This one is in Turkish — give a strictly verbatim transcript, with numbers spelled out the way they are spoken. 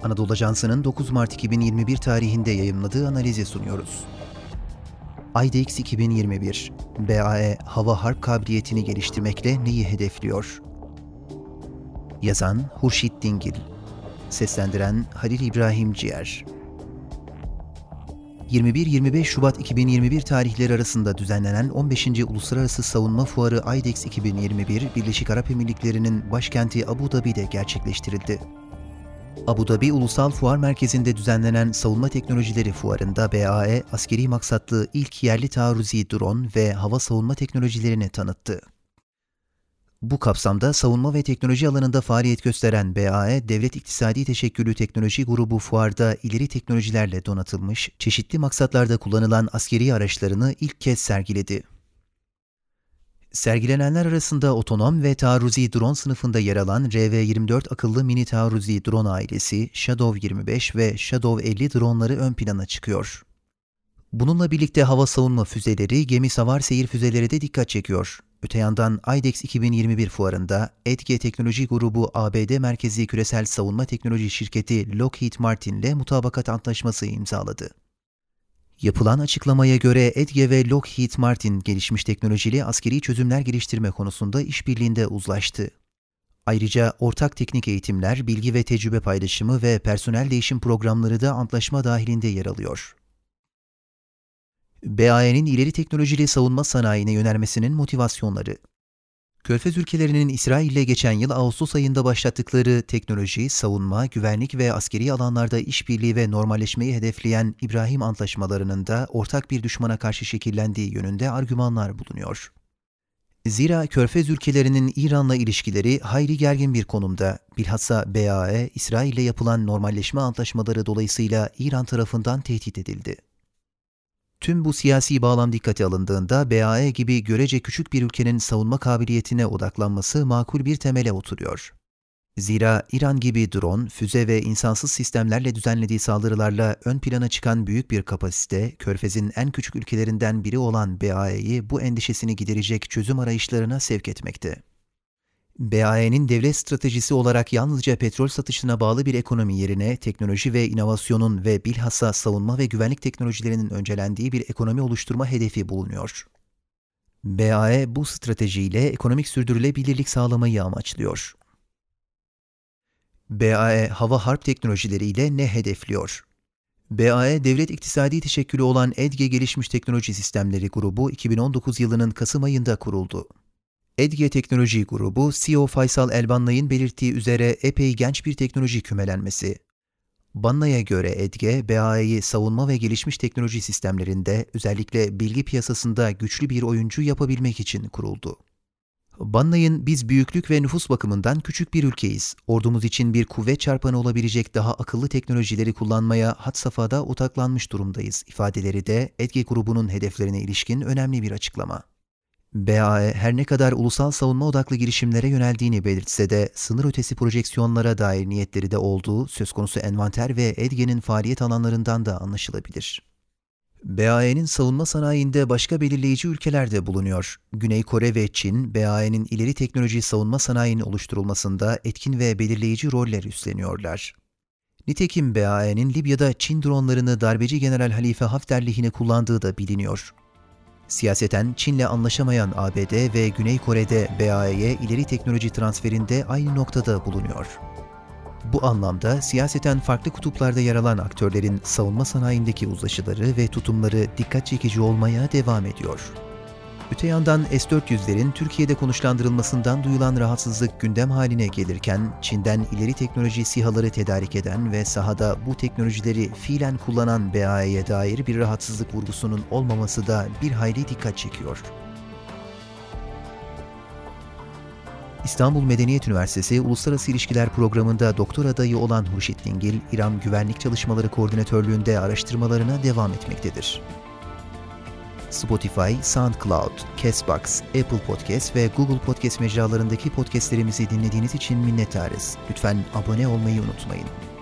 Anadolu Ajansı'nın dokuz Mart iki bin yirmi bir tarihinde yayımladığı analizi sunuyoruz. IDEX iki bin yirmi bir, B A E hava harp kabiliyetini geliştirmekle neyi hedefliyor? Yazan Hurşit Dingil, seslendiren Halil İbrahim Ciğer. yirmi bir yirmi beş Şubat iki bin yirmi bir tarihleri arasında düzenlenen on beşinci Uluslararası Savunma Fuarı IDEX iki bin yirmi bir, Birleşik Arap Emirlikleri'nin başkenti Abu Dhabi'de gerçekleştirildi. Abu Dhabi Ulusal Fuar Merkezi'nde düzenlenen Savunma Teknolojileri Fuarı'nda B A E, askeri maksatlı ilk yerli taarruzi drone ve hava savunma teknolojilerini tanıttı. Bu kapsamda savunma ve teknoloji alanında faaliyet gösteren B A E, Devlet İktisadi Teşekkülü Teknoloji Grubu fuarda ileri teknolojilerle donatılmış, çeşitli maksatlarda kullanılan askeri araçlarını ilk kez sergiledi. Sergilenenler arasında otonom ve taarruzi drone sınıfında yer alan R V yirmi dört akıllı mini taarruzi drone ailesi, Shadow yirmi beş ve Shadow elli droneları ön plana çıkıyor. Bununla birlikte hava savunma füzeleri, gemi savar seyir füzeleri de dikkat çekiyor. Öte yandan IDEX iki bin yirmi bir fuarında E D G Teknoloji Grubu A B D merkezli küresel savunma teknoloji şirketi Lockheed Martin ile mutabakat antlaşması imzaladı. Yapılan açıklamaya göre E D G ve Lockheed Martin gelişmiş teknolojili askeri çözümler geliştirme konusunda işbirliğinde uzlaştı. Ayrıca ortak teknik eğitimler, bilgi ve tecrübe paylaşımı ve personel değişim programları da antlaşma dahilinde yer alıyor. B A E'nin ileri teknolojili savunma sanayine yönelmesinin motivasyonları. Körfez ülkelerinin İsrail ile geçen yıl Ağustos ayında başlattıkları teknoloji, savunma, güvenlik ve askeri alanlarda işbirliği ve normalleşmeyi hedefleyen İbrahim Antlaşmalarının da ortak bir düşmana karşı şekillendiği yönünde argümanlar bulunuyor. Zira Körfez ülkelerinin İran'la ilişkileri hayli gergin bir konumda, bilhassa B A E, İsrail ile yapılan normalleşme antlaşmaları dolayısıyla İran tarafından tehdit edildi. Tüm bu siyasi bağlam dikkate alındığında B A E gibi görece küçük bir ülkenin savunma kabiliyetine odaklanması makul bir temele oturuyor. Zira İran gibi drone, füze ve insansız sistemlerle düzenlediği saldırılarla ön plana çıkan büyük bir kapasite, Körfez'in en küçük ülkelerinden biri olan B A E'yi bu endişesini giderecek çözüm arayışlarına sevk etmekte. B A E'nin devlet stratejisi olarak yalnızca petrol satışına bağlı bir ekonomi yerine teknoloji ve inovasyonun ve bilhassa savunma ve güvenlik teknolojilerinin öncelendiği bir ekonomi oluşturma hedefi bulunuyor. B A E bu stratejiyle ekonomik sürdürülebilirlik sağlamayı amaçlıyor. B A E hava harp teknolojileriyle ne hedefliyor? B A E, Devlet İktisadi Teşekkülü olan E D G Gelişmiş Teknoloji Sistemleri Grubu iki bin on dokuz yılının Kasım ayında kuruldu. E D G Teknoloji Grubu, C E O Faysal Elbanlay'ın belirttiği üzere epey genç bir teknoloji kümelenmesi. Banlay'a göre E D G, B A E'yi savunma ve gelişmiş teknoloji sistemlerinde, özellikle bilgi piyasasında güçlü bir oyuncu yapabilmek için kuruldu. Banlay'ın "Biz büyüklük ve nüfus bakımından küçük bir ülkeyiz. Ordumuz için bir kuvvet çarpanı olabilecek daha akıllı teknolojileri kullanmaya had safhada odaklanmış durumdayız" ifadeleri de E D G grubunun hedeflerine ilişkin önemli bir açıklama. B A E her ne kadar ulusal savunma odaklı girişimlere yöneldiğini belirtse de sınır ötesi projeksiyonlara dair niyetleri de olduğu söz konusu envanter ve E D G'nin faaliyet alanlarından da anlaşılabilir. B A E'nin savunma sanayinde başka belirleyici ülkeler de bulunuyor. Güney Kore ve Çin, B A E'nin ileri teknoloji savunma sanayinin oluşturulmasında etkin ve belirleyici roller üstleniyorlar. Nitekim B A E'nin Libya'da Çin dronlarını darbeci General Halife Hafter lehine kullandığı da biliniyor. Siyaseten Çin'le anlaşamayan A B D ve Güney Kore'de B A E'ye ileri teknoloji transferinde aynı noktada bulunuyor. Bu anlamda siyaseten farklı kutuplarda yer alan aktörlerin savunma sanayindeki uzlaşıları ve tutumları dikkat çekici olmaya devam ediyor. Öte yandan S dört yüzlerin Türkiye'de konuşlandırılmasından duyulan rahatsızlık gündem haline gelirken, Çin'den ileri teknoloji SİHA'ları tedarik eden ve sahada bu teknolojileri fiilen kullanan B A E'ye dair bir rahatsızlık vurgusunun olmaması da bir hayli dikkat çekiyor. İstanbul Medeniyet Üniversitesi Uluslararası İlişkiler Programı'nda doktor adayı olan Hurşit Dingil, İran Güvenlik Çalışmaları Koordinatörlüğü'nde araştırmalarına devam etmektedir. Spotify, SoundCloud, Castbox, Apple Podcast ve Google Podcast mecralarındaki podcastlerimizi dinlediğiniz için minnettarız. Lütfen abone olmayı unutmayın.